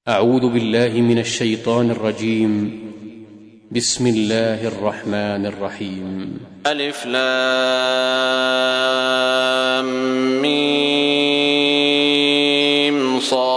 أعوذ بالله من الشيطان الرجيم. بسم الله الرحمن الرحيم. ألف لام ميم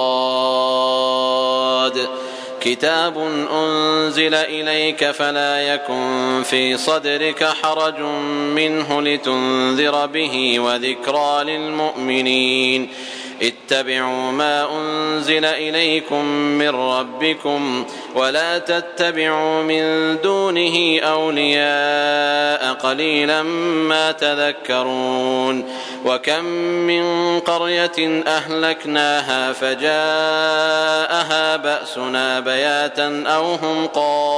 صاد كتاب أنزل إليك فلا يكن في صدرك حرج منه لتنذر به وذكرى للمؤمنين. اتبعوا ما أنزل إليكم من ربكم ولا تتبعوا من دونه أولياء قليلا ما تذكرون. وكم من قرية أهلكناها فجاءها بأسنا بياتا أو هم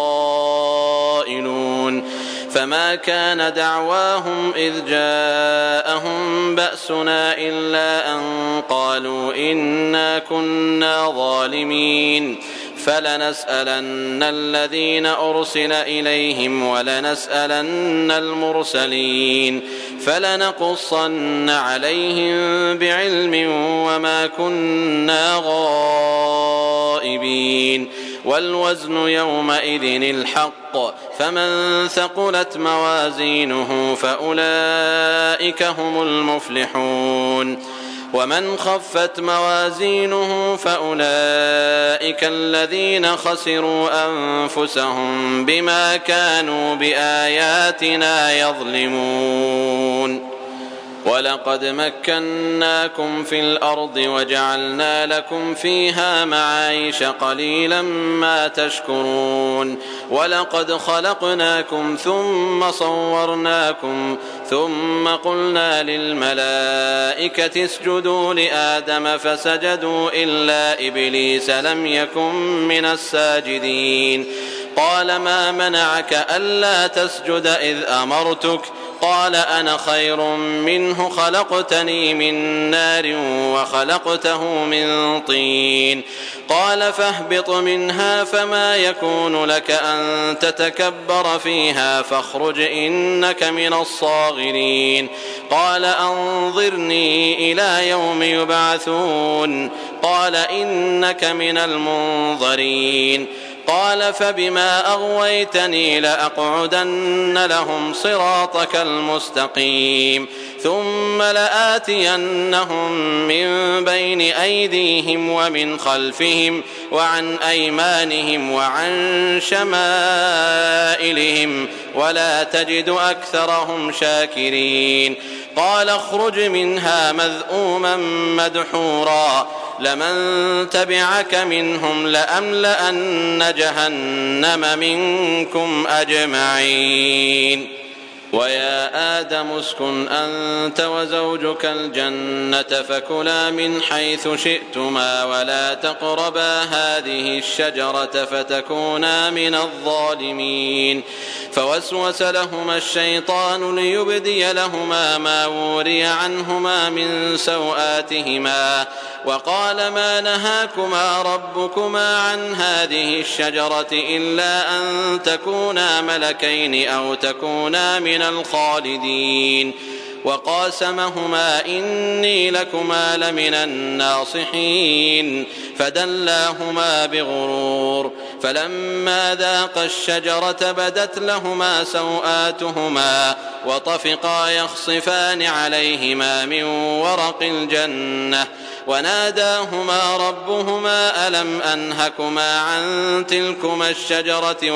قائلون فما كان دعواهم إذ جاءهم بأسنا إلا أن قالوا إنا كنا ظالمين. فلنسألن الذين أرسل إليهم ولنسألن المرسلين فلنقصن عليهم بعلم وما كنا غائبين. والوزن يومئذ الحق فمن ثقلت موازينه فأولئك هم المفلحون ومن خفت موازينه فأولئك الذين خسروا أنفسهم بما كانوا بآياتنا يظلمون. ولقد مكناكم في الأرض وجعلنا لكم فيها معايش قليلا ما تشكرون. ولقد خلقناكم ثم صورناكم ثم قلنا للملائكة اسجدوا لآدم فسجدوا إلا إبليس لم يكن من الساجدين. قال ما منعك ألا تسجد إذ أمرتك؟ قال أنا خير منه خلقتني من نار وخلقته من طين. قال فاهبط منها فما يكون لك أن تتكبر فيها فاخرج إنك من الصاغرين. قال أنظرني إلى يوم يبعثون. قال إنك من المنظرين. قال فبما أغويتني لأقعدن لهم صراطك المستقيم ثم لآتينهم من بين أيديهم ومن خلفهم وعن أيمانهم وعن شمائلهم ولا تجد أكثرهم شاكرين. قال اخرج منها مذءوما مدحورا لمن تبعك منهم لأملأن جهنم منكم أجمعين. ويا آدم اسكن أنت وزوجك الجنة فكلا من حيث شئتما ولا تقربا هذه الشجرة فتكونا من الظالمين. فوسوس لهما الشيطان ليبدي لهما ما وري عنهما من سوآتهما وقال ما نهاكما ربكما عن هذه الشجرة إلا أن تكونا ملكين أو تكونا من الخالدين. وقاسمهما إني لكما لمن الناصحين فدلاهما بغرور. فلما ذاقا الشجرة بدت لهما سوآتهما وطفقا يخصفان عليهما من ورق الجنة وناداهما ربهما ألم أنهكما عن تلكما الشجرة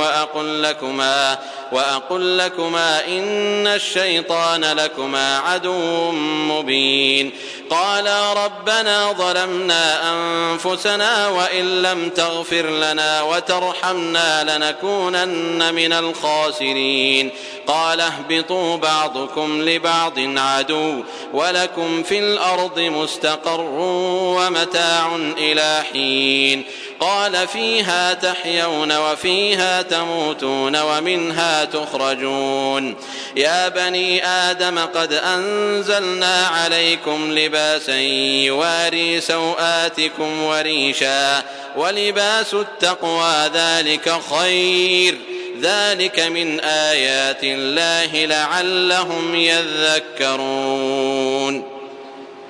وأقل لكما إن الشيطان لكما عدو مبين. قالا ربنا ظلمنا أنفسنا وإن لم تغفر لنا وترحمنا لنكونن من الخاسرين. قال اهبطوا بعضكم لبعض عدو ولكم في الأرض مستقر ومتاع إلى حين. قال فيها تحيون وفيها تموتون ومنها تخرجون. يا بني آدم قد أنزلنا عليكم لباسا يواري سوآتكم وريشا ولباس التقوى ذلك خير ذلك من آيات الله لعلهم يذكرون.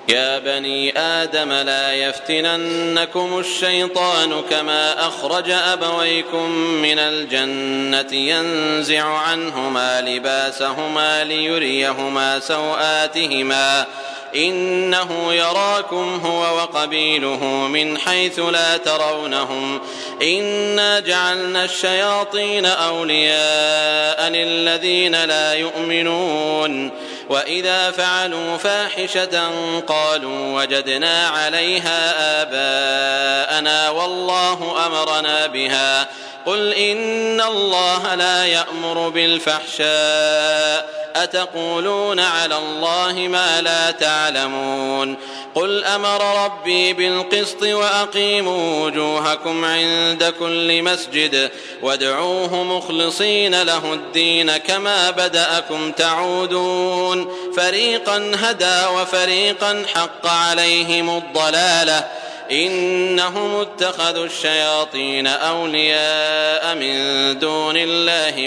يا بني آدم لا يفتننكم الشيطان كما أخرج أبويكم من الجنة ينزع عنهما لباسهما ليريهما سوآتهما إنه يراكم هو وقبيله من حيث لا ترونهم إنا جعلنا الشياطين أولياء للذين لا يؤمنون وإذا فعلوا فاحشة قالوا وجدنا عليها آباءنا والله أمرنا بها قل إن الله لا يأمر بالفحشاء أتقولون على الله ما لا تعلمون قل أمر ربي بالقسط وأقيموا وجوهكم عند كل مسجد وادعوه مخلصين له الدين كما بدأكم تعودون فريقا هدى وفريقا حق عليهم الضلالة إنهم اتخذوا الشياطين أولياء من دون الله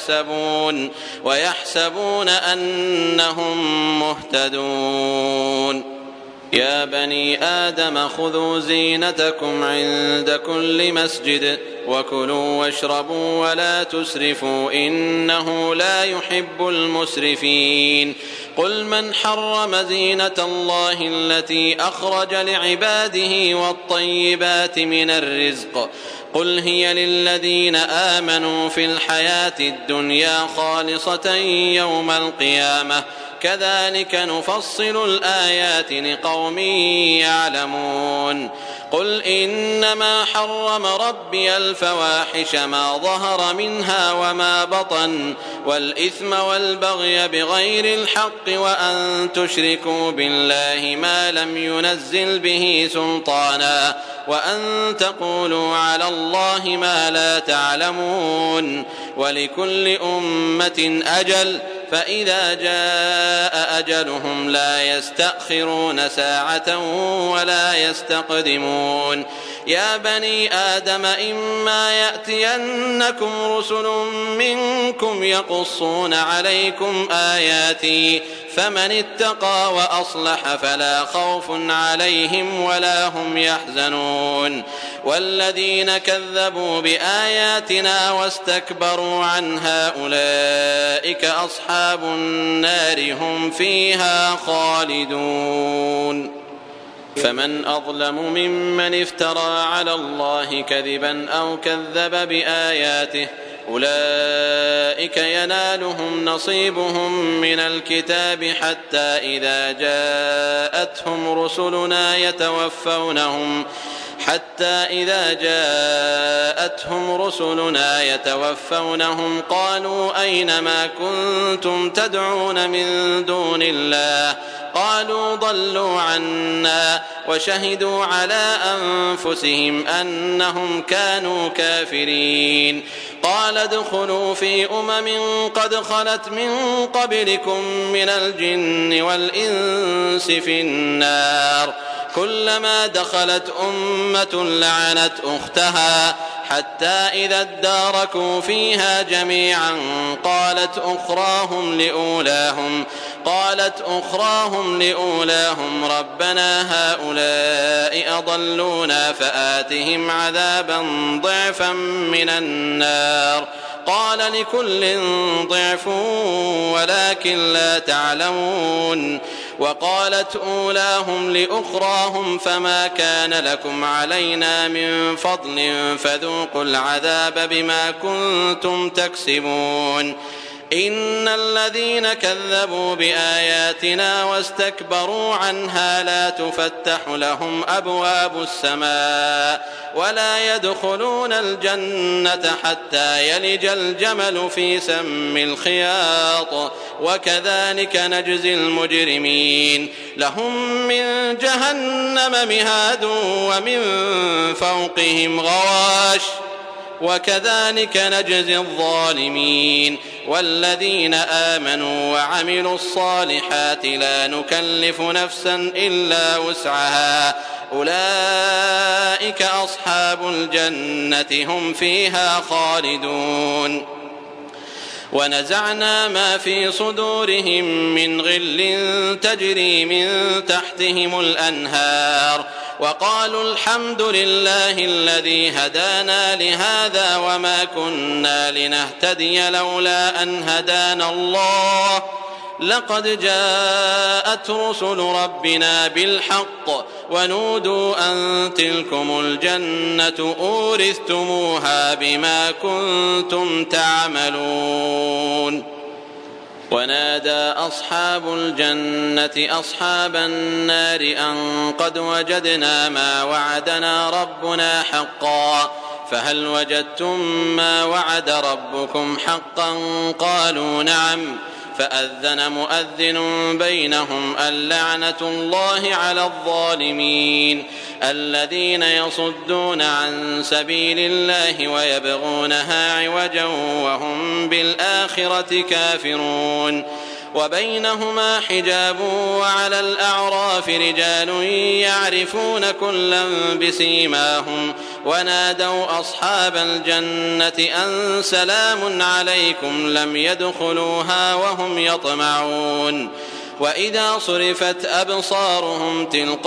ويحسبون أنهم مهتدون يا بني آدم خذوا زينتكم عند كل مسجد وكلوا واشربوا ولا تسرفوا إنه لا يحب المسرفين قل من حرم زينة الله التي أخرج لعباده والطيبات من الرزق قل هي للذين آمنوا في الحياة الدنيا خالصة يوم القيامة كذلك نفصل الآيات لقوم يعلمون قل إنما حرم ربي الفواحش ما ظهر منها وما بطن والإثم والبغي بغير الحق وأن تشركوا بالله ما لم ينزل به سلطانا وأن تقولوا على الله ما لا تعلمون ولكل أمة أجل فإذا جاء أجلهم لا يستأخرون ساعة ولا يستقدمون يا بني آدم إما يأتينكم رسل منكم يقصون عليكم آياتي فمن اتقى وأصلح فلا خوف عليهم ولا هم يحزنون والذين كذبوا بآياتنا واستكبروا عنها أولئك أصحاب النار هم فيها خالدون فمن أظلم ممن افترى على الله كذبا أو كذب بآياته أولئك ينالهم نصيبهم من الكتاب حتى إذا جاءتهم رسلنا يتوفونهم قالوا أين ما كنتم تدعون من دون الله قالوا ضلوا عنا وشهدوا على أنفسهم أنهم كانوا كافرين قال ادخلوا في قد خلت من قبلكم من الجن والإنس في النار كلما دخلت أمة لعنت أختها حتى إذا اداركوا فيها جميعا قالت أخراهم لأولاهم ربنا هؤلاء أضلونا فآتهم عذابا ضعفا من النار قال لكل ضعف ولكن لا تعلمون وقالت أولاهم لأخراهم فما كان لكم علينا من فضل فذوقوا العذاب بما كنتم تكسبون إن الذين كذبوا بآياتنا واستكبروا عنها لا تفتح لهم أبواب السماء ولا يدخلون الجنة حتى يلج الجمل في سم الخياط وكذلك نجزي المجرمين لهم من جهنم مهاد ومن فوقهم غواش وكذلك نجزي الظالمين والذين آمنوا وعملوا الصالحات لا نكلف نفسا إلا وسعها أولئك أصحاب الجنة هم فيها خالدون ونزعنا ما في صدورهم من غل تجري من تحتهم الأنهار وقالوا الحمد لله الذي هدانا لهذا وما كنا لنهتدي لولا أن هدانا الله لقد جاءت رسل ربنا بالحق ونودوا أن تلكم الجنة أورثتموها بما كنتم تعملون. ونادى أصحاب الجنة أصحاب النار أن قد وجدنا ما وعدنا ربنا حقا فهل وجدتم ما وعد ربكم حقا قالوا نعم فأذن مؤذن بينهم اللعنة الله على الظالمين الذين يصدون عن سبيل الله ويبغونها عوجا وهم بالآخرة كافرون. وبينهما حجاب وعلى الأعراف رجال يعرفون كلا بسيماهم ونادوا أصحاب الجنة أن سلام عليكم لم يدخلوها وهم يطمعون. وإذا صرفت أبصارهم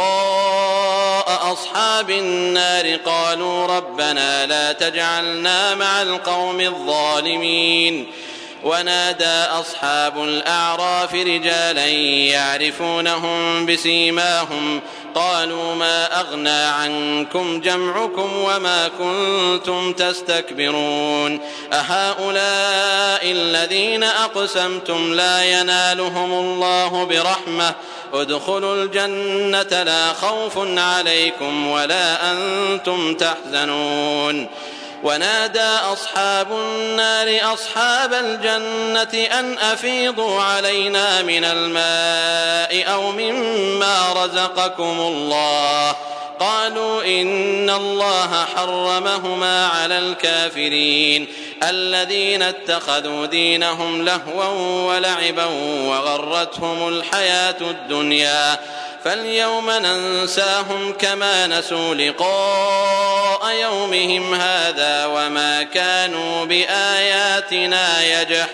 تلقاء أصحاب النار قالوا ربنا لا تجعلنا مع القوم الظالمين. ونادى أصحاب الأعراف رجالا يعرفونهم بسيماهم قالوا ما أغنى عنكم جمعكم وما كنتم تستكبرون أهؤلاء الذين أقسمتم لا ينالهم الله برحمة ادخلوا الجنة لا خوف عليكم ولا أنتم تحزنون. ونادى أصحاب النار أصحاب الجنة أن أفيضوا علينا من الماء أو مما رزقكم الله قالوا إن الله حرمهما على الكافرين الذين اتخذوا دينهم لهوا ولعبا وغرتهم الحياة الدنيا فاليوم ننساهم كما نسوا لقاء يومهم هذا وما كانوا بآياتنا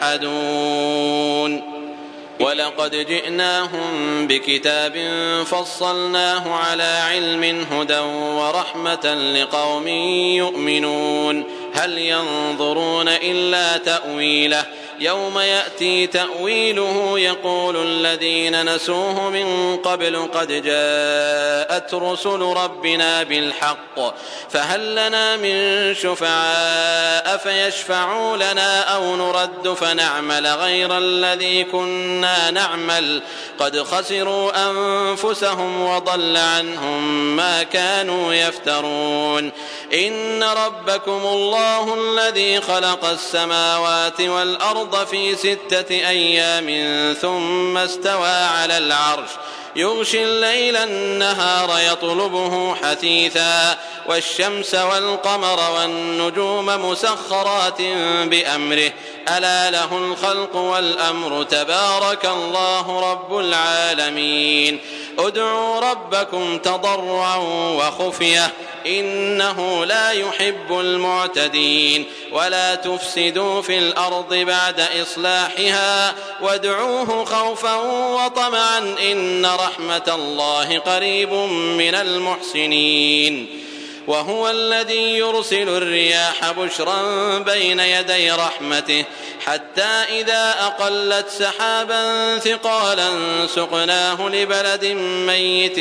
يجحدون. ولقد جئناهم بكتاب فصلناه على علم هدى ورحمة لقوم يؤمنون هل ينظرون إلا تأويله يوم يأتي تأويله يقول الذين نسوه من قبل قد جاءت رسل ربنا بالحق فهل لنا من شفعاء فيشفعوا لنا أو نرد فنعمل غير الذي كنا نعمل قد خسروا أنفسهم وضل عنهم ما كانوا يفترون. إن ربكم الله الذي خلق السماوات والأرض في 6 أيام ثم استوى على العرش يغشي الليل النهار يطلبه حثيثا والشمس والقمر والنجوم مسخرات بأمره ألا له الخلق والأمر تبارك الله رب العالمين. ادعوا ربكم تضرعا وخفية إنه لا يحب المعتدين ولا تفسدوا في الأرض بعد إصلاحها وادعوه خوفا وطمعا إن رحمة الله قريب من المحسنين. وهو الذي يرسل الرياح بشرا بين يدي رحمته حتى إذا أقلت سحابا ثقالا سقناه لبلد ميت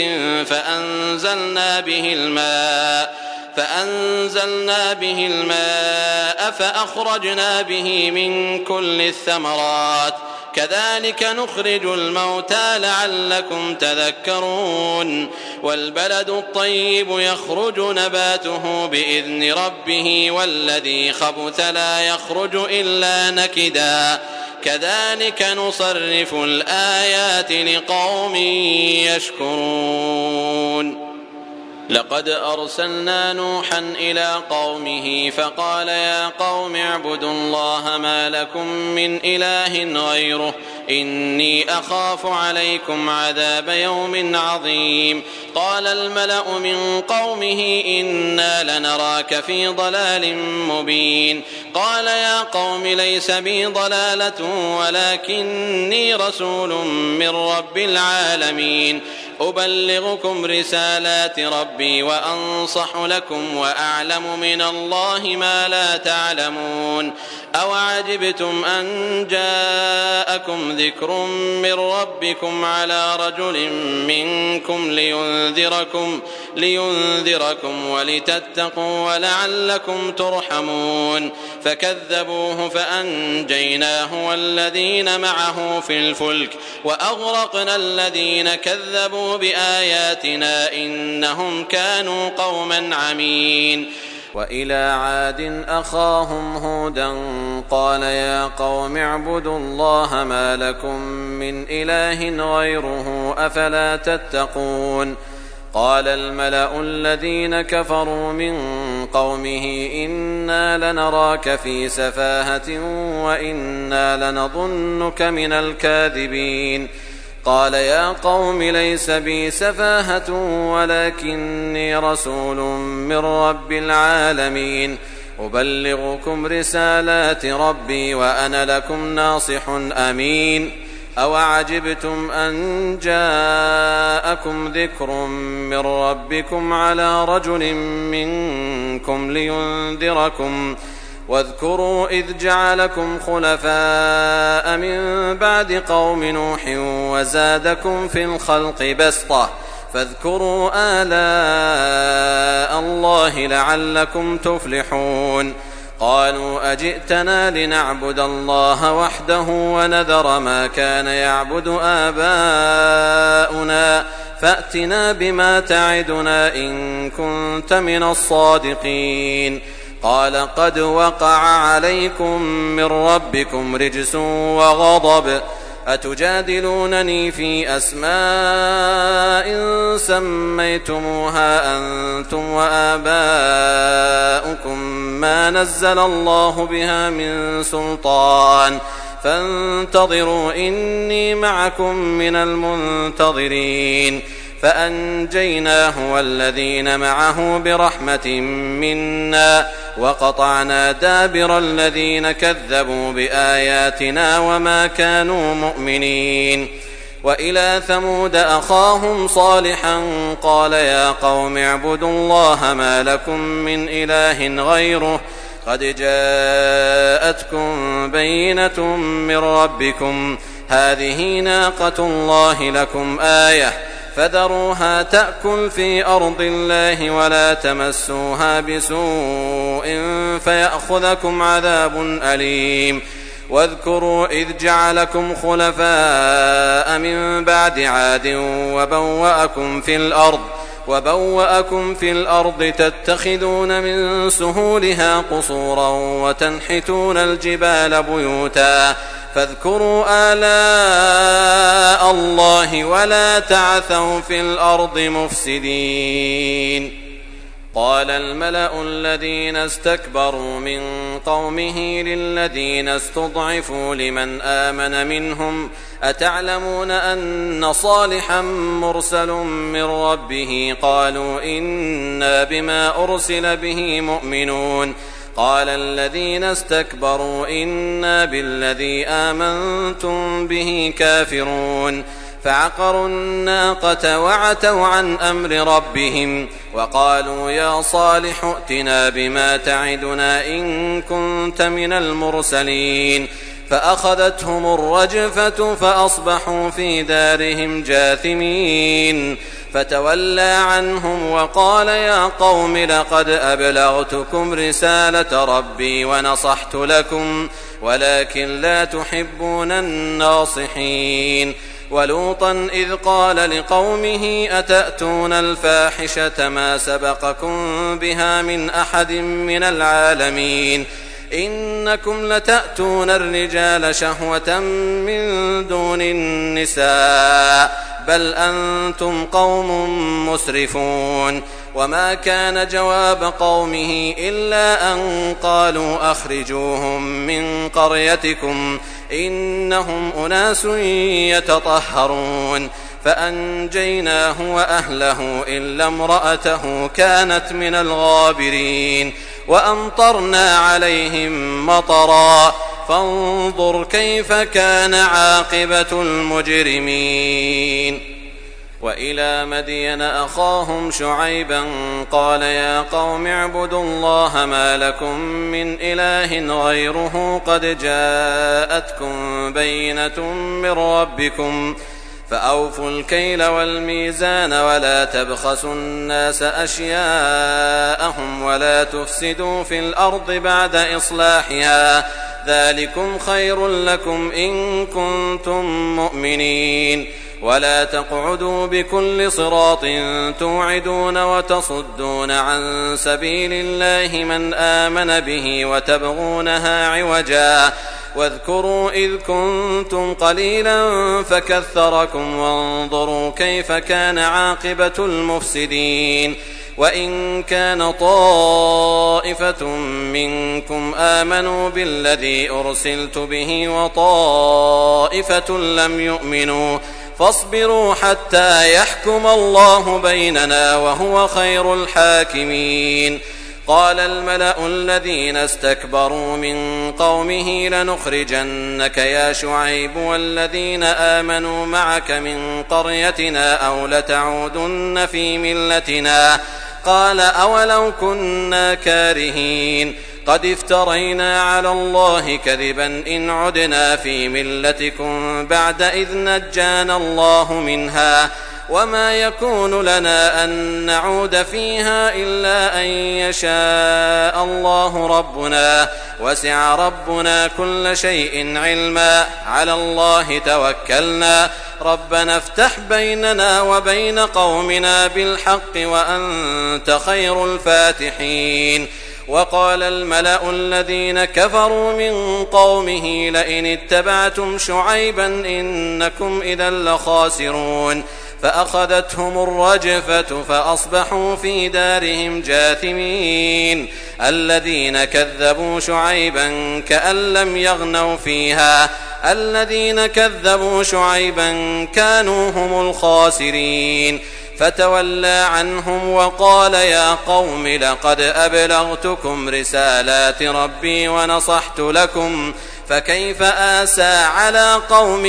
فأنزلنا به الماء فأخرجنا به من كل الثمرات كذلك نخرج الموتى لعلكم تذكرون. والبلد الطيب يخرج نباته بإذن ربه والذي خبث لا يخرج إلا نكدا كذلك نصرف الآيات لقوم يشكرون. لقد أرسلنا نوحا إلى قومه فقال يا قوم اعبدوا الله ما لكم من إله غيره إني أخاف عليكم عذاب يوم عظيم قال الملأ من قومه إنا لنراك في ضلال مبين قال يا قوم ليس بي ضلالة ولكني رسول من رب العالمين أبلغكم رسالات ربي وأنصح لكم وأعلم من الله ما لا تعلمون أوعجبتم أن جاءكم ذكر من ربكم على رجل منكم لينذركم ولتتقوا ولعلكم ترحمون فكذبوه فأنجيناه والذين معه في الفلك وأغرقنا الذين كذبوا بآياتنا إنهم كانوا قوما عمين وإلى عاد أخاهم هودا قال يا قوم اعبدوا الله ما لكم من إله غيره أفلا تتقون قال الملأ الذين كفروا من قومه إنا لنراك في سفاهة وإنا لنظنك من الكاذبين قال يا قوم ليس بي سفاهة ولكني رسول من رب العالمين أبلغكم رسالات ربي وأنا لكم ناصح أمين أوعجبتم أن جاءكم ذكر من ربكم على رجل منكم لينذركم واذكروا إذ جعلكم خلفاء من بعد قوم نوح وزادكم في الخلق بسطة فاذكروا آلاء الله لعلكم تفلحون قالوا أجئتنا لنعبد الله وحده ونذر ما كان يعبد آباؤنا فأتنا بما تعدنا إن كنت من الصادقين قال قد وقع عليكم من ربكم رجس وغضب أتجادلونني في أسماء سميتموها أنتم وآباؤكم ما نزل الله بها من سلطان فانتظروا إني معكم من المنتظرين فأنجيناه والذين معه برحمة منا وقطعنا دابر الذين كذبوا بآياتنا وما كانوا مؤمنين وإلى ثمود أخاهم صالحا قال يا قوم اعبدوا الله ما لكم من إله غيره قد جاءتكم بينة من ربكم هذه ناقة الله لكم آية فذروها تأكل في أرض الله ولا تمسوها بسوء فيأخذكم عذاب أليم واذكروا إذ جعلكم خلفاء من بعد عاد وبوأكم في الأرض تتخذون من سهولها قصورا وتنحتون الجبال بيوتا فاذكروا آلاء الله ولا تعثوا في الأرض مفسدين قال الملأ الذين استكبروا من قومه للذين استضعفوا لمن آمن منهم أتعلمون أن صالحا مرسل من ربه قالوا إنا بما أرسل به مؤمنون قال الذين استكبروا إنا بالذي آمنتم به كافرون فعقروا الناقة وعتوا عن أمر ربهم وقالوا يا صالح ائتنا بما تعدنا إن كنت من المرسلين فأخذتهم الرجفة فأصبحوا في دارهم جاثمين فتولى عنهم وقال يا قوم لقد أبلغتكم رسالة ربي ونصحت لكم ولكن لا تحبون الناصحين ولوطا إذ قال لقومه أتأتون الفاحشة ما سبقكم بها من أحد من العالمين إنكم لتأتون الرجال شهوة من دون النساء بل أنتم قوم مسرفون وما كان جواب قومه إلا أن قالوا أخرجوهم من قريتكم إنهم أناس يتطهرون فأنجيناه وأهله إلا امرأته كانت من الغابرين وأمطرنا عليهم مطرا فانظر كيف كان عاقبة المجرمين. وإلى مدين أخاهم شعيبا قال يا قوم اعبدوا الله ما لكم من إله غيره قد جاءتكم بينة من ربكم فأوفوا الكيل والميزان ولا تبخسوا الناس أشياءهم ولا تفسدوا في الأرض بعد إصلاحها ذلكم خير لكم إن كنتم مؤمنين. ولا تقعدوا بكل صراط توعدون وتصدون عن سبيل الله من آمن به وتبغونها عوجا واذكروا إذ كنتم قليلا فكثركم وانظروا كيف كان عاقبة المفسدين. وإن كان طائفة منكم آمنوا بالذي أرسلت به وطائفة لم يؤمنوا فاصبروا حتى يحكم الله بيننا وهو خير الحاكمين. قال الملأ الذين استكبروا من قومه لنخرجنك يا شعيب والذين آمنوا معك من قريتنا أو لتعودن في ملتنا قال أولو كنا كارهين قد افترينا على الله كذبا إن عدنا في ملتكم بعد إذ نجانا الله منها وما يكون لنا أن نعود فيها إلا أن يشاء الله ربنا وسع ربنا كل شيء علما على الله توكلنا ربنا افتح بيننا وبين قومنا بالحق وأنت خير الفاتحين. وقال الملأ الذين كفروا من قومه لئن اتبعتم شعيبا إنكم إذا لخاسرون فأخذتهم الرجفة فأصبحوا في دارهم جاثمين. الذين كذبوا شعيبا كأن لم يغنوا فيها الذين كذبوا شعيبا كانوا هم الخاسرين. فتولى عنهم وقال يا قوم لقد أبلغتكم رسالات ربي ونصحت لكم فكيف آسى على قوم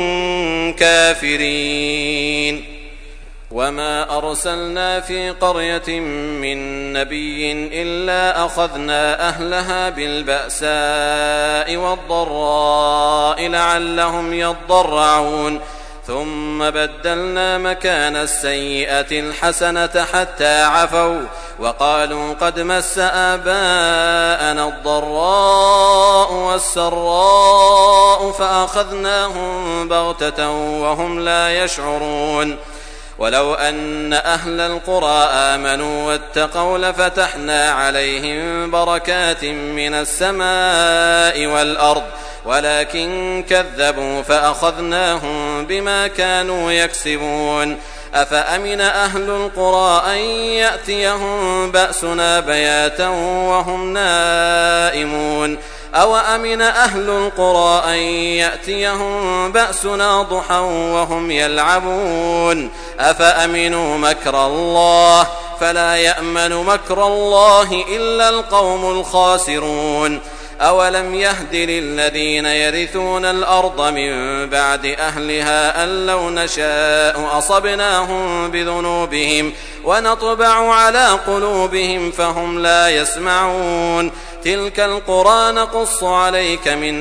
كافرين. وما أرسلنا في قرية من نبي إلا أخذنا أهلها بالبأساء والضراء لعلهم يضرعون ثم بدلنا مكان السيئة الحسنة حتى عفوا وقالوا قد مس آباءنا الضراء والسراء فأخذناهم بغتة وهم لا يشعرون. ولو أن أهل القرى آمنوا واتقوا لفتحنا عليهم بركات من السماء والأرض ولكن كذبوا فأخذناهم بما كانوا يكسبون. أفأمن أهل القرى أن يأتيهم بأسنا بياتا وهم نائمون أو أمن أهل القرى أن يأتيهم بأسنا ضحى وهم يلعبون أفأمنوا مكر الله فلا يأمن مكر الله إلا القوم الخاسرون. أولم يهد للذين يرثون الأرض من بعد أهلها أن لو نشاء أصبناهم بذنوبهم ونطبع على قلوبهم فهم لا يسمعون. تلك القرى نقص عليك من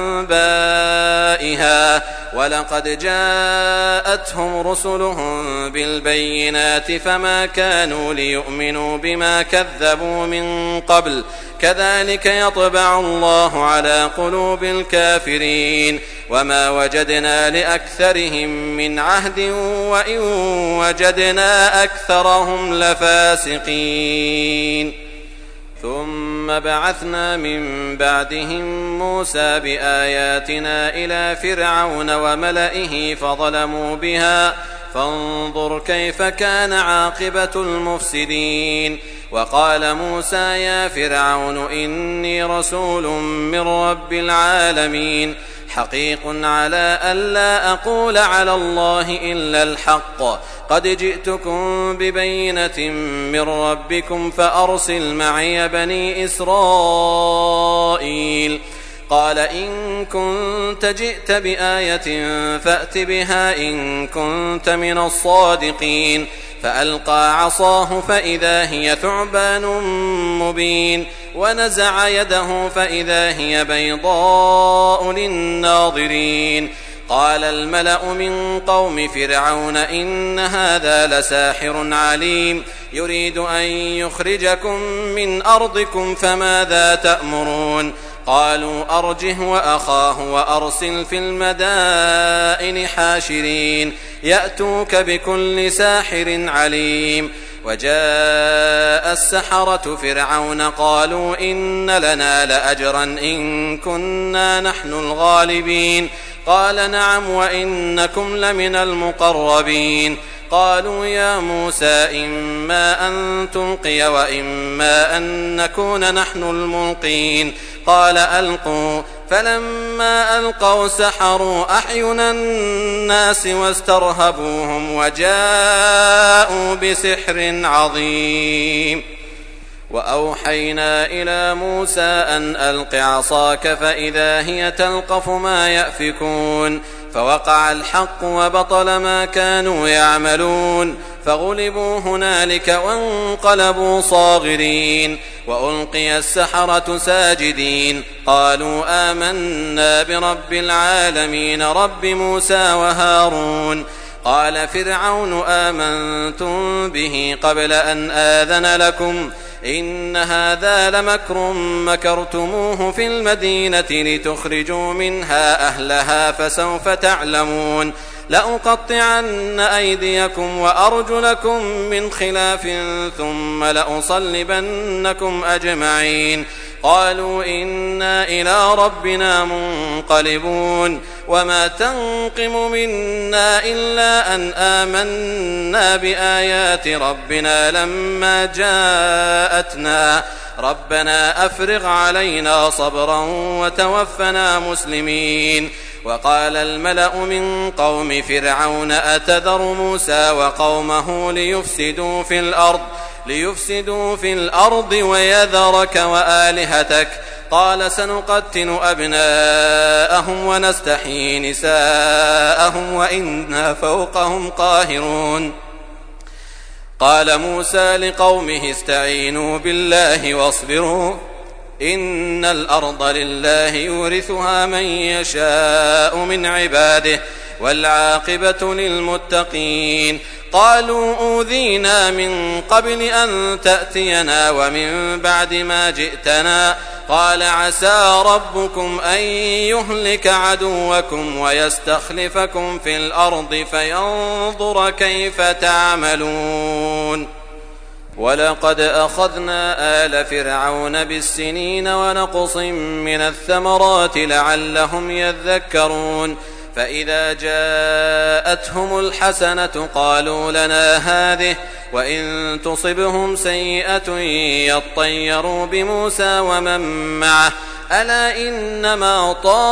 أنبائها ولقد جاءتهم رسلهم بالبينات فما كانوا ليؤمنوا بما كذبوا من قبل كذلك يطبع الله على قلوب الكافرين. وما وجدنا لأكثرهم من عهد وإن وجدنا أكثرهم لفاسقين. ثم بعثنا من بعدهم موسى بآياتنا إلى فرعون وملئه فانظر كيف كان عاقبة المفسدين. وقال موسى يا فرعون إني رسول من رب العالمين حقيق على ألا أقول على الله إلا الحق قد جئتكم ببينة من ربكم فأرسل معي بني إسرائيل. قال إن كنت جئت بآية فأت بها إن كنت من الصادقين. فألقى عصاه فإذا هي ثعبان مبين ونزع يده فإذا هي بيضاء للناظرين. قال الملأ من قوم فرعون إن هذا لساحر عليم يريد أن يخرجكم من أرضكم فماذا تأمرون. قالوا أرجه وأخاه وأرسل في المدائن حاشرين يأتوك بكل ساحر عليم. وجاء السحرة فرعون قالوا إن لنا لأجرا إن كنا نحن الغالبين. قال نعم وإنكم لمن المقربين. قالوا يا موسى إما أن تلقي وإما أن نكون نحن الملقين. قال ألقوا. فلما ألقوا سحروا أعين الناس واسترهبوهم وجاءوا بسحر عظيم. وأوحينا إلى موسى أن ألق عصاك فإذا هي تلقف ما يأفكون. فوقع الحق وبطل ما كانوا يعملون فغلبوا هنالك وانقلبوا صاغرين. وألقي السحرة ساجدين قالوا آمنا برب العالمين رب موسى وهارون. قال فرعون آمنتم به قبل أن آذن لكم إن هذا لمكر مكرتموه في المدينة لتخرجوا منها أهلها فسوف تعلمون. لأقطعن أيديكم وأرجلكم من خلاف ثم لأصلبنكم أجمعين. قالوا إنا إلى ربنا منقلبون. وما تنقم منا إلا أن آمنا بآيات ربنا لما جاءتنا ربنا أفرغ علينا صبرا وتوفنا مسلمين. وقال الملأ من قوم فرعون أتذر موسى وقومه ليفسدوا في الأرض ويذرك وآلهتك. قال سنقتل أبناءهم ونستحيي نساءهم وإنا فوقهم قاهرون. قال موسى لقومه استعينوا بالله واصبروا إن الأرض لله يورثها من يشاء من عباده والعاقبة للمتقين. قالوا أوذينا من قبل أن تأتينا ومن بعد ما جئتنا. قال عسى ربكم أن يهلك عدوكم ويستخلفكم في الأرض فينظر كيف تعملون. ولقد أخذنا آل فرعون بالسنين ونقص من الثمرات لعلهم يذكرون. فإذا جاءتهم الحسنة قالوا لنا هذه وإن تصبهم سيئة يطيروا بموسى ومن معه ألا إنما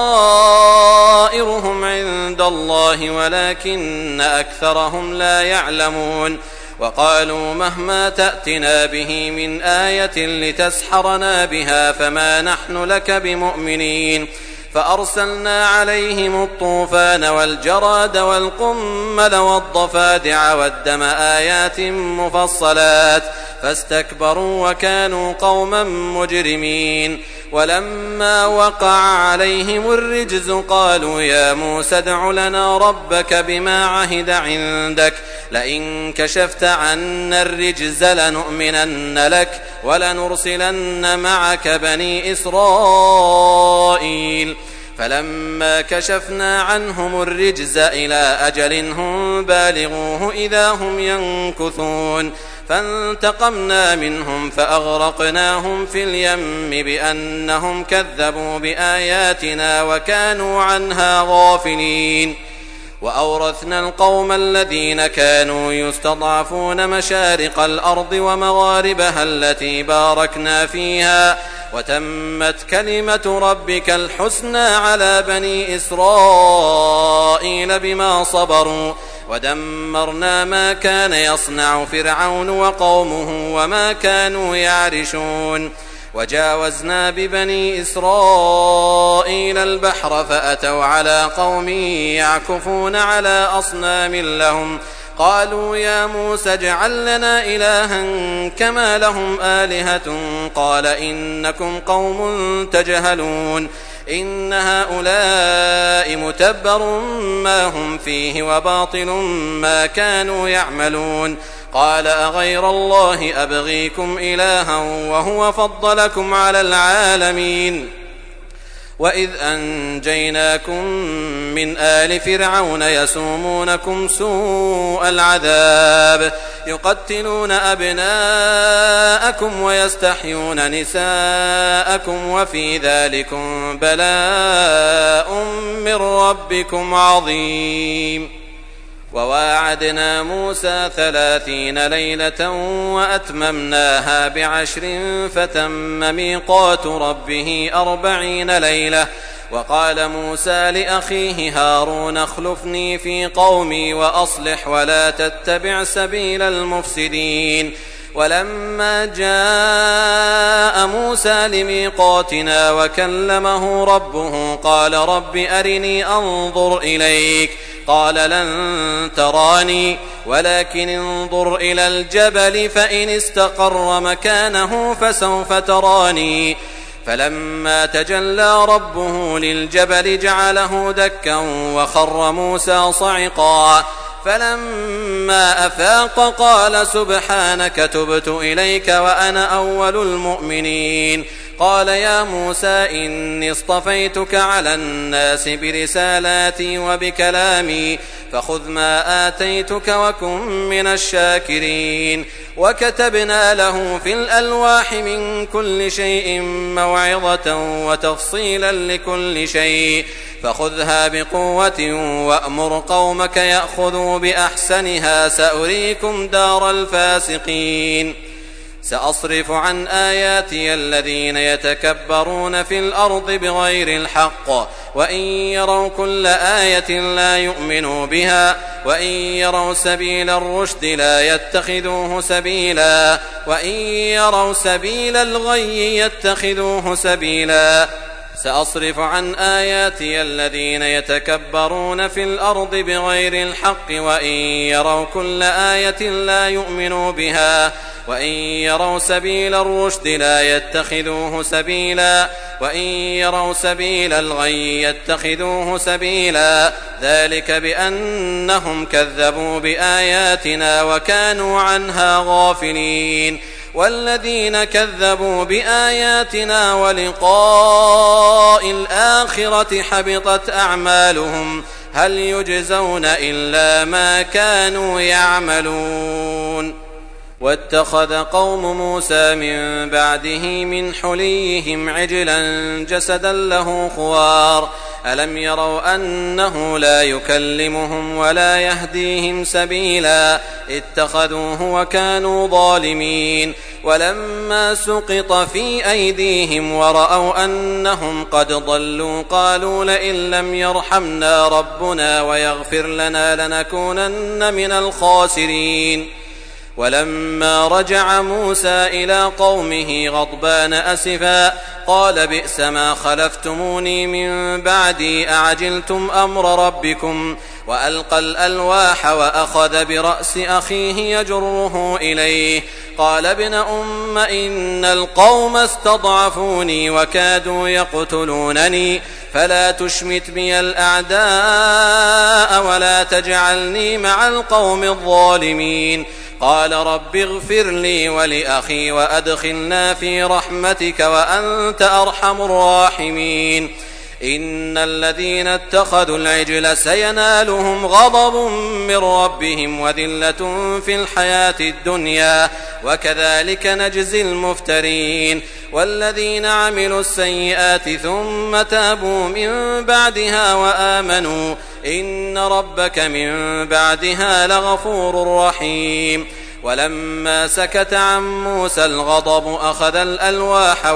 طائرهم عند الله ولكن أكثرهم لا يعلمون. وقالوا مهما تأتنا به من آية لتسحرنا بها فما نحن لك بمؤمنين. فأرسلنا عليهم الطوفان والجراد والقمل والضفادع والدم آيات مفصلات فاستكبروا وكانوا قوما مجرمين. ولما وقع عليهم الرجز قالوا يا موسى ادع لنا ربك بما عهد عندك لئن كشفت عنا الرجز لنؤمنن لك ولنرسلن معك بني إسرائيل. فلما كشفنا عنهم الرجز إلى أجل هم بالغوه إذا هم ينكثون. فانتقمنا منهم فأغرقناهم في اليم بأنهم كذبوا بآياتنا وكانوا عنها غافلين. وأورثنا القوم الذين كانوا يستضعفون مشارق الأرض ومغاربها التي باركنا فيها وتمت كلمة ربك الحسنى على بني إسرائيل بما صبروا ودمرنا ما كان يصنع فرعون وقومه وما كانوا يعرشون وجاوزنا ببني إسرائيل البحر فأتوا على قوم يعكفون على أصنام لهم قالوا يا موسى اجعل لنا إلها كما لهم آلهة قال إنكم قوم تجهلون إن هؤلاء متبر ما هم فيه وباطل ما كانوا يعملون قال أغير الله أبغيكم إلها وهو فضلكم على العالمين وإذ أنجيناكم من آل فرعون يسومونكم سوء العذاب يقتلون أبناءكم ويستحيون نساءكم وفي ذلكم بلاء من ربكم عظيم وواعدنا موسى 30 ليلة وأتممناها ب10 فتم ميقات ربه 40 ليلة وقال موسى لأخيه هارون اخلفني في قومي وأصلح ولا تتبع سبيل المفسدين ولما جاء موسى لميقاتنا وكلمه ربه قال رب أرني أنظر إليك قال لن تراني ولكن انظر إلى الجبل فإن استقر مكانه فسوف تراني فلما تجلى ربه للجبل جعله دكا وخر موسى صعقا فلما أفاق قال سبحانك تبت إليك وأنا أول المؤمنين قال يا موسى إني اصطفيتك على الناس برسالاتي وبكلامي فخذ ما آتيتك وكن من الشاكرين وكتبنا له في الألواح من كل شيء موعظة وتفصيلا لكل شيء فخذها بقوة وأمر قومك يأخذوا بأحسنها سأريكم دار الفاسقين سأصرف عن آياتي الذين يتكبرون في الأرض بغير الحق وإن يروا كل آية لا يؤمنوا بها وإن يروا سبيل الرشد لا يتخذوه سبيلا وإن يروا سبيل الغي يتخذوه سبيلا سأصرف عن آياتي الذين يتكبرون في الأرض بغير الحق وإن يروا كل آية لا يؤمنوا بها وإن يروا سبيل الرشد لا يتخذوه سبيلا وإن يروا سبيل الغي يتخذوه سبيلا ذلك بأنهم كذبوا بآياتنا وكانوا عنها غافلين والذين كذبوا بآياتنا ولقاء الآخرة حبطت أعمالهم هل يجزون إلا ما كانوا يعملون واتخذ قوم موسى من بعده من حليهم عجلا جسدا له خوار ألم يروا أنه لا يكلمهم ولا يهديهم سبيلا اتخذوه وكانوا ظالمين ولما سقط في أيديهم ورأوا أنهم قد ضلوا قالوا لئن لم يرحمنا ربنا ويغفر لنا لنكونن من الخاسرين ولما رجع موسى إلى قومه غضبان أسفا قال بئس ما خلفتموني من بعدي أعجلتم أمر ربكم وألقى الألواح وأخذ برأس أخيه يجره إليه قال ابن أم إن القوم استضعفوني وكادوا يقتلونني فلا تشمت بي الأعداء ولا تجعلني مع القوم الظالمين قال رب اغفر لي ولأخي وأدخلنا في رحمتك وأنت أرحم الراحمين إن الذين اتخذوا العجل سينالهم غضب من ربهم وذلة في الحياة الدنيا وكذلك نجزي المفترين والذين عملوا السيئات ثم تابوا من بعدها وآمنوا إن ربك من بعدها لغفور رحيم. ولما سكت عن موسى الغضب أخذ الألواح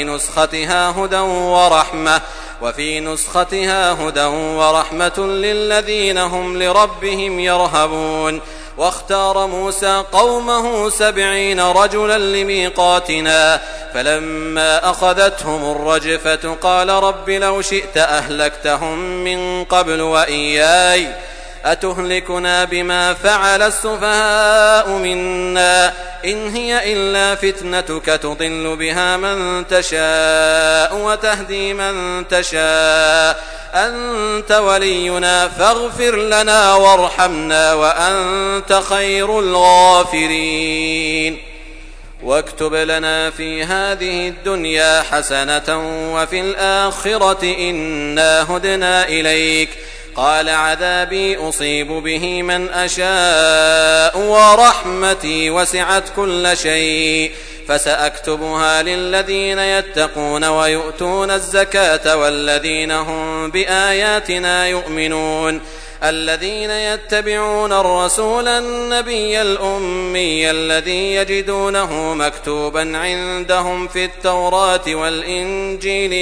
وفي نسختها هدى ورحمة للذين هم لربهم يرهبون. واختار موسى قومه 70 رجلا لميقاتنا فلما أخذتهم الرجفة قال رب لو شئت أهلكتهم من قبل وإياي أتهلكنا بما فعل السفهاء منا إن هي إلا فتنتك تضل بها من تشاء وتهدي من تشاء أنت ولينا فاغفر لنا وارحمنا وأنت خير الغافرين. واكتب لنا في هذه الدنيا حسنة وفي الآخرة إنا هدنا إليك قال عذابي أصيب به من أشاء ورحمتي وسعت كل شيء فسأكتبها للذين يتقون ويؤتون الزكاة والذين هم بآياتنا يؤمنون الذين يتبعون الرسول النبي الأمي الذي يجدونه مكتوبا عندهم في التوراة والإنجيل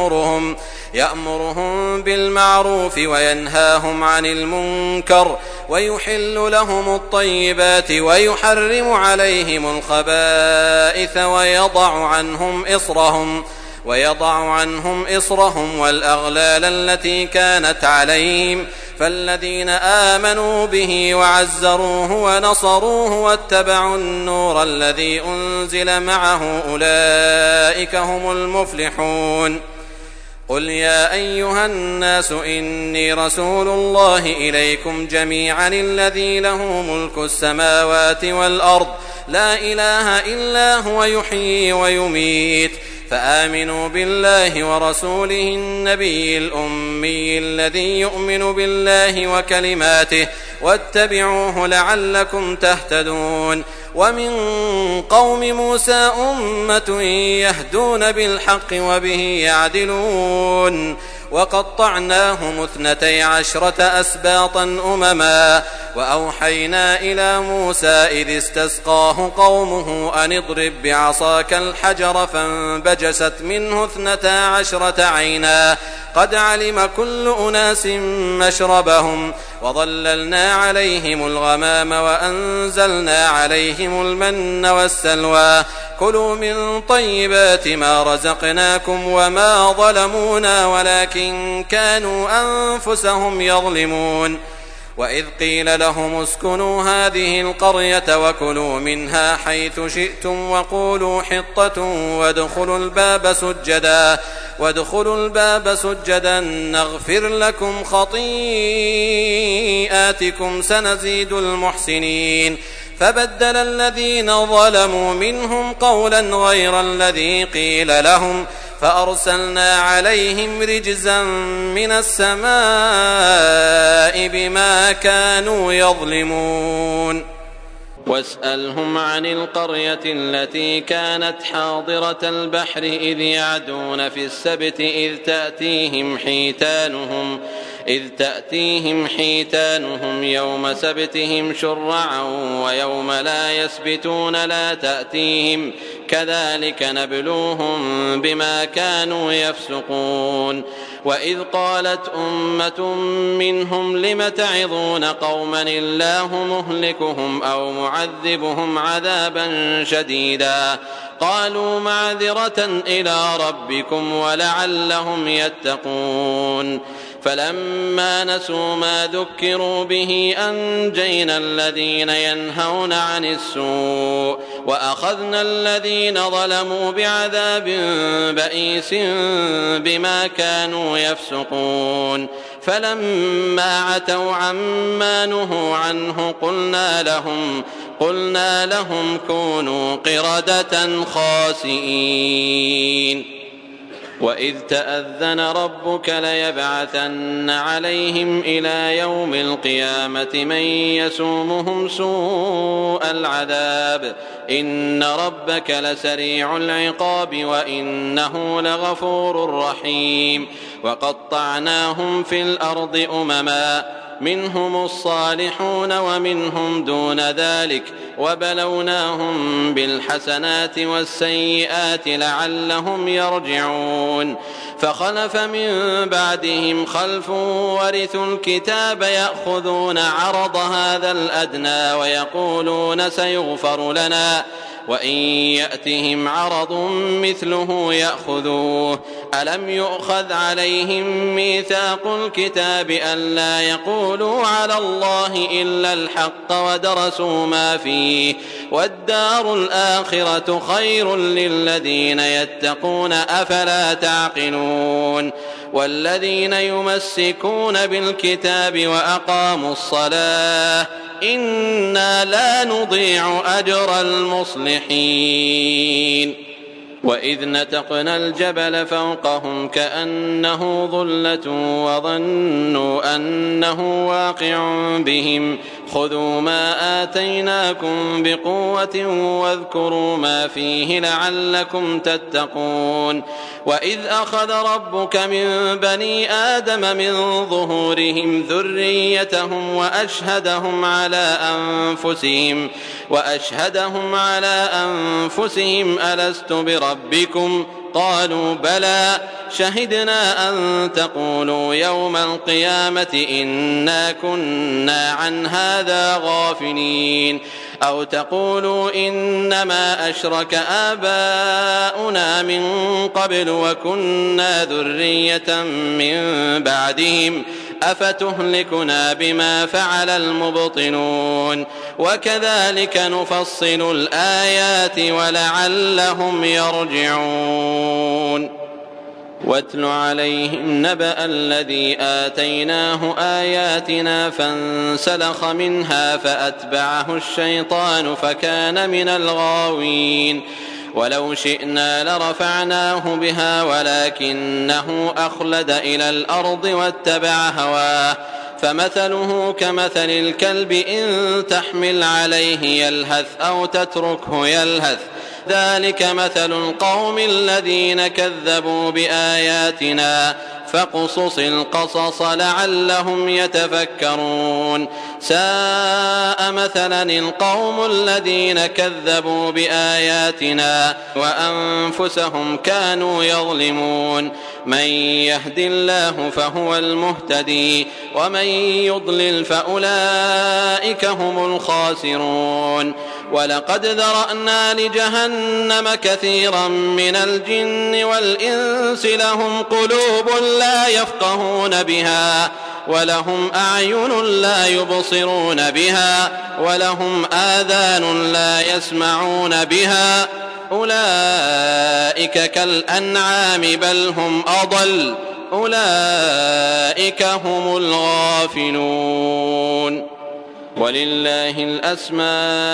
يأمرهم بالمعروف وينهاهم عن المنكر ويحل لهم الطيبات ويحرم عليهم الخبائث ويضع عنهم إصرهم والأغلال التي كانت عليهم فالذين آمنوا به وعزروه ونصروه واتبعوا النور الذي أنزل معه أولئك هم المفلحون. قل يا أيها الناس إني رسول الله إليكم جميعا الذي له ملك السماوات والأرض لا إله إلا هو يحيي ويميت فآمنوا بالله ورسوله النبي الأمي الذي يؤمن بالله وكلماته واتبعوه لعلكم تهتدون. ومن قوم موسى أمة يهدون بالحق وبه يعدلون وقطعناهم 12 أسباطا أمما وأوحينا إلى موسى إذ استسقاه قومه أن اضرب بعصاك الحجر فانبجست منه 12 عينا قد علم كل أناس مشربهم وظللنا عليهم الغمام وأنزلنا عليهم المن والسلوى كلوا من طيبات ما رزقناكم وما ظلمونا ولكن كانوا أنفسهم يظلمون. وإذ قيل لهم اسكنوا هذه القرية وكلوا منها حيث شئتم وقولوا حطة وادخلوا الباب سجدا نغفر لكم خطيئاتكم سنزيد المحسنين. فبدل الذين ظلموا منهم قولا غير الذي قيل لهم فأرسلنا عليهم رجزا من السماء بما كانوا يظلمون. واسألهم عن القرية التي كانت حاضرة البحر إذ يعدون في السبت إذ تأتيهم حيتانهم يوم سبتهم شرعا ويوم لا يسبتون لا تأتيهم كذلك نبلوهم بما كانوا يفسقون. وإذ قالت أمة منهم لم تعظون قوما الله مهلكهم أو معذبهم عذابا شديدا قالوا معذرة إلى ربكم ولعلهم يتقون. فلما نسوا ما ذكروا به أنجينا الذين ينهون عن السوء وأخذنا الذين ظلموا بعذاب بئيس بما كانوا يفسقون. فلما عتوا عما نهوا عنه قلنا لهم كونوا قردة خاسئين. وإذ تأذن ربك ليبعثن عليهم إلى يوم القيامة من يسومهم سوء العذاب إن ربك لسريع العقاب وإنه لغفور رحيم. وقطعناهم في الأرض أمما منهم الصالحون ومنهم دون ذلك وبلوناهم بالحسنات والسيئات لعلهم يرجعون فخلف من بعدهم خلف ورثوا الكتاب يأخذون عرض هذا الأدنى ويقولون سيغفر لنا وإن يأتهم عرض مثله يأخذوه ألم يؤخذ عليهم ميثاق الكتاب ألا يقولوا على الله إلا الحق ودرسوا ما فيه والدار الآخرة خير للذين يتقون أفلا تعقلون والذين يمسكون بالكتاب وأقاموا الصلاة إنا لا نضيع أجر المصلحين وإذ نتقنا الجبل فوقهم كأنه ظلة وظنوا أنه واقع بهم خذوا ما آتيناكم بقوة واذكروا ما فيه لعلكم تتقون وإذ أخذ ربك من بني آدم من ظهورهم ذريتهم وأشهدهم على أنفسهم ألست بربكم قالوا بلى شهدنا أن تقولوا يوم القيامة إنا كنا عن هذا غافلين أو تقولوا إنما أشرك آباؤنا من قبل وكنا ذرية من بعدهم أفتهلكنا بما فعل المبطلون وكذلك نفصل الآيات ولعلهم يرجعون واتل عليهم نبأ الذي آتيناه آياتنا فانسلخ منها فأتبعه الشيطان فكان من الغاوين ولو شئنا لرفعناه بها ولكنه أخلد إلى الأرض واتبع هواه فمثله كمثل الكلب إن تحمل عليه يلهث أو تتركه يلهث ذلك مثل القوم الذين كذبوا بآياتنا فاقصص القصص لعلهم يتفكرون ساء مثلا القوم الذين كذبوا بآياتنا وأنفسهم كانوا يظلمون من يهد الله فهو المهتدي ومن يضلل فأولئك هم الخاسرون ولقد ذرأنا لجهنم كثيرا من الجن والإنس لهم قلوب لا يفقهون بها ولهم أعين لا يبصرون بها ولهم آذان لا يسمعون بها أولئك كالأنعام بل هم أضل أولئك هم الغافلون ولله الأسماء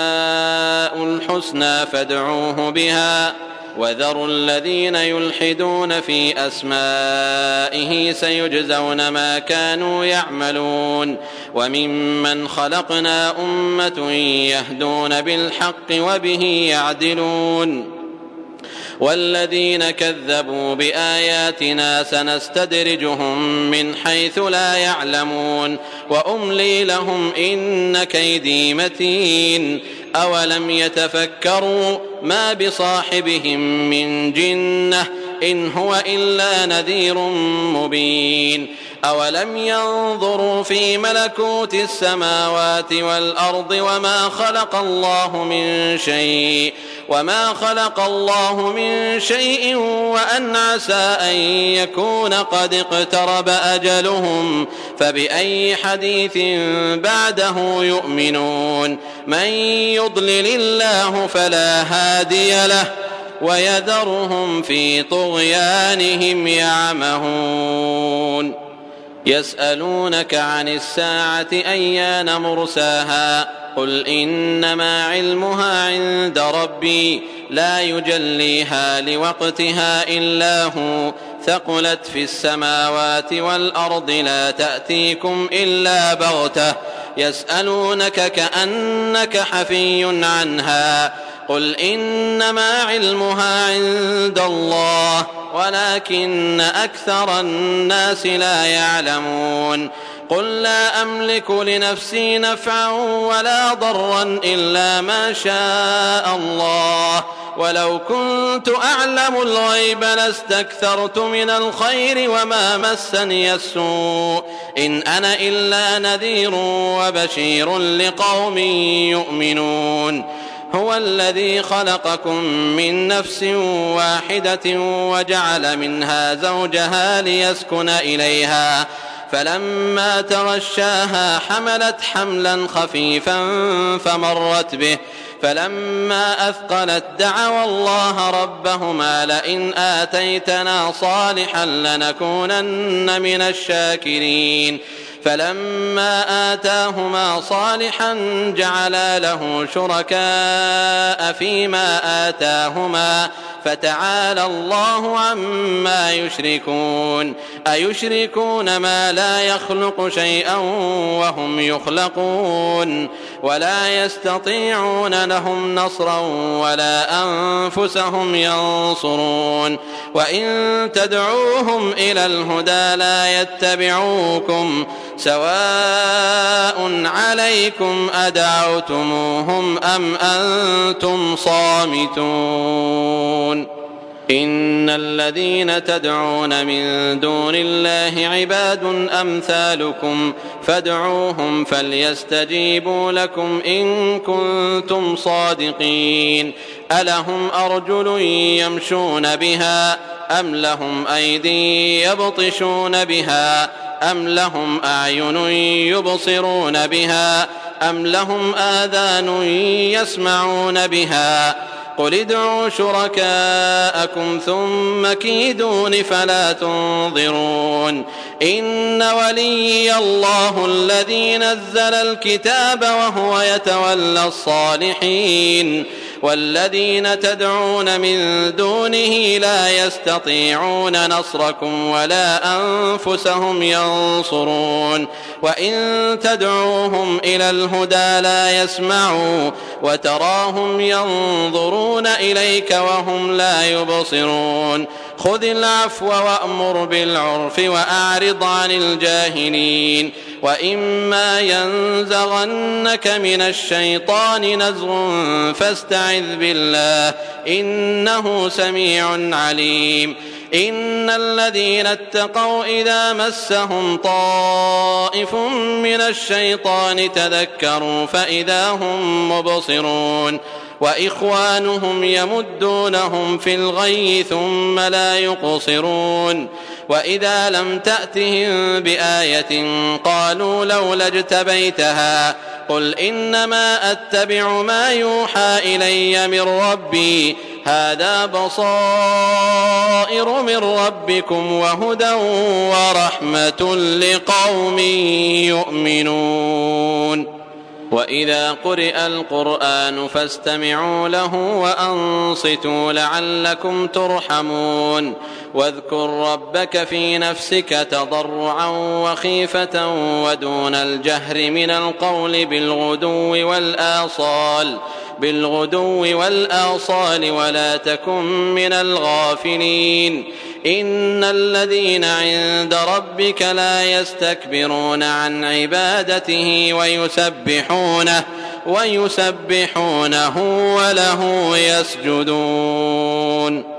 الحسنى فادعوه بها وذروا الذين يلحدون في أسمائه سيجزون ما كانوا يعملون وممن خلقنا أمة يهدون بالحق وبه يعدلون والذين كذبوا بآياتنا سنستدرجهم من حيث لا يعلمون وأملي لهم إن كيدي متين أولم يتفكروا ما بصاحبهم من جنة إن هو إلا نذير مبين أولم ينظروا في ملكوت السماوات والأرض وما خلق الله من شيء وأن عسى أن يكون قد اقترب أجلهم فبأي حديث بعده يؤمنون من يضلل الله فلا هادي له ويذرهم في طغيانهم يعمهون يسألونك عن الساعة أيان مرساها قل إنما علمها عند ربي لا يجليها لوقتها إلا هو ثقلت في السماوات والأرض لا تأتيكم إلا بغتة يسألونك كأنك حفي عنها قل إنما علمها عند الله ولكن أكثر الناس لا يعلمون قل لا أملك لنفسي نفعا ولا ضرا إلا ما شاء الله ولو كنت أعلم الغيب لاستكثرت من الخير وما مسني السوء إن أنا إلا نذير وبشير لقوم يؤمنون هو الذي خلقكم من نفس واحدة وجعل منها زوجها ليسكن إليها فلما تغشاها حملت حملا خفيفا فمرت به فلما أثقلت دعوا الله ربهما لئن آتيتنا صالحا لنكونن من الشاكرين فلما آتاهما صالحا جعلا له شركاء فيما آتاهما فتعالى الله عما يشركون أيشركون ما لا يخلق شيئا وهم يخلقون ولا يستطيعون لهم نصرا ولا أنفسهم ينصرون وإن تدعوهم إلى الهدى لا يتبعوكم سواء عليكم أدعوتموهم أم أنتم صامتون إن الذين تدعون من دون الله عباد أمثالكم فادعوهم فليستجيبوا لكم إن كنتم صادقين ألهم أرجل يمشون بها أم لهم أيدي يبطشون بها أم لهم أعين يبصرون بها أم لهم آذان يسمعون بها قل ادعوا شركاءكم ثم كيدون فلا تنظرون إن وليي الله الذي نزل الكتاب وهو يتولى الصالحين والذين تدعون من دونه لا يستطيعون نصركم ولا أنفسهم ينصرون وإن تدعوهم إلى الهدى لا يسمعوا وتراهم ينظرون إليك وهم لا يبصرون خذ العفو وأمر بالعرف وأعرض عن الجاهلين وإما ينزغنك من الشيطان نزغ فاستعذ بالله إنه سميع عليم إن الذين اتقوا إذا مسهم طائف من الشيطان تذكروا فإذا هم مبصرون وإخوانهم يمدونهم في الغي ثم لا يقصرون وإذا لم تأتهم بآية قالوا لولا اجتبيتها قل إنما أتبع ما يوحى إلي من ربي هذا بصائر من ربكم وهدى ورحمة لقوم يؤمنون وإذا قرئ القرآن فاستمعوا له وأنصتوا لعلكم ترحمون واذكر ربك في نفسك تضرعا وخيفة ودون الجهر من القول بالغدو والآصال ولا تكن من الغافلين إن الذين عند ربك لا يستكبرون عن عبادته ويسبحونه وله يسجدون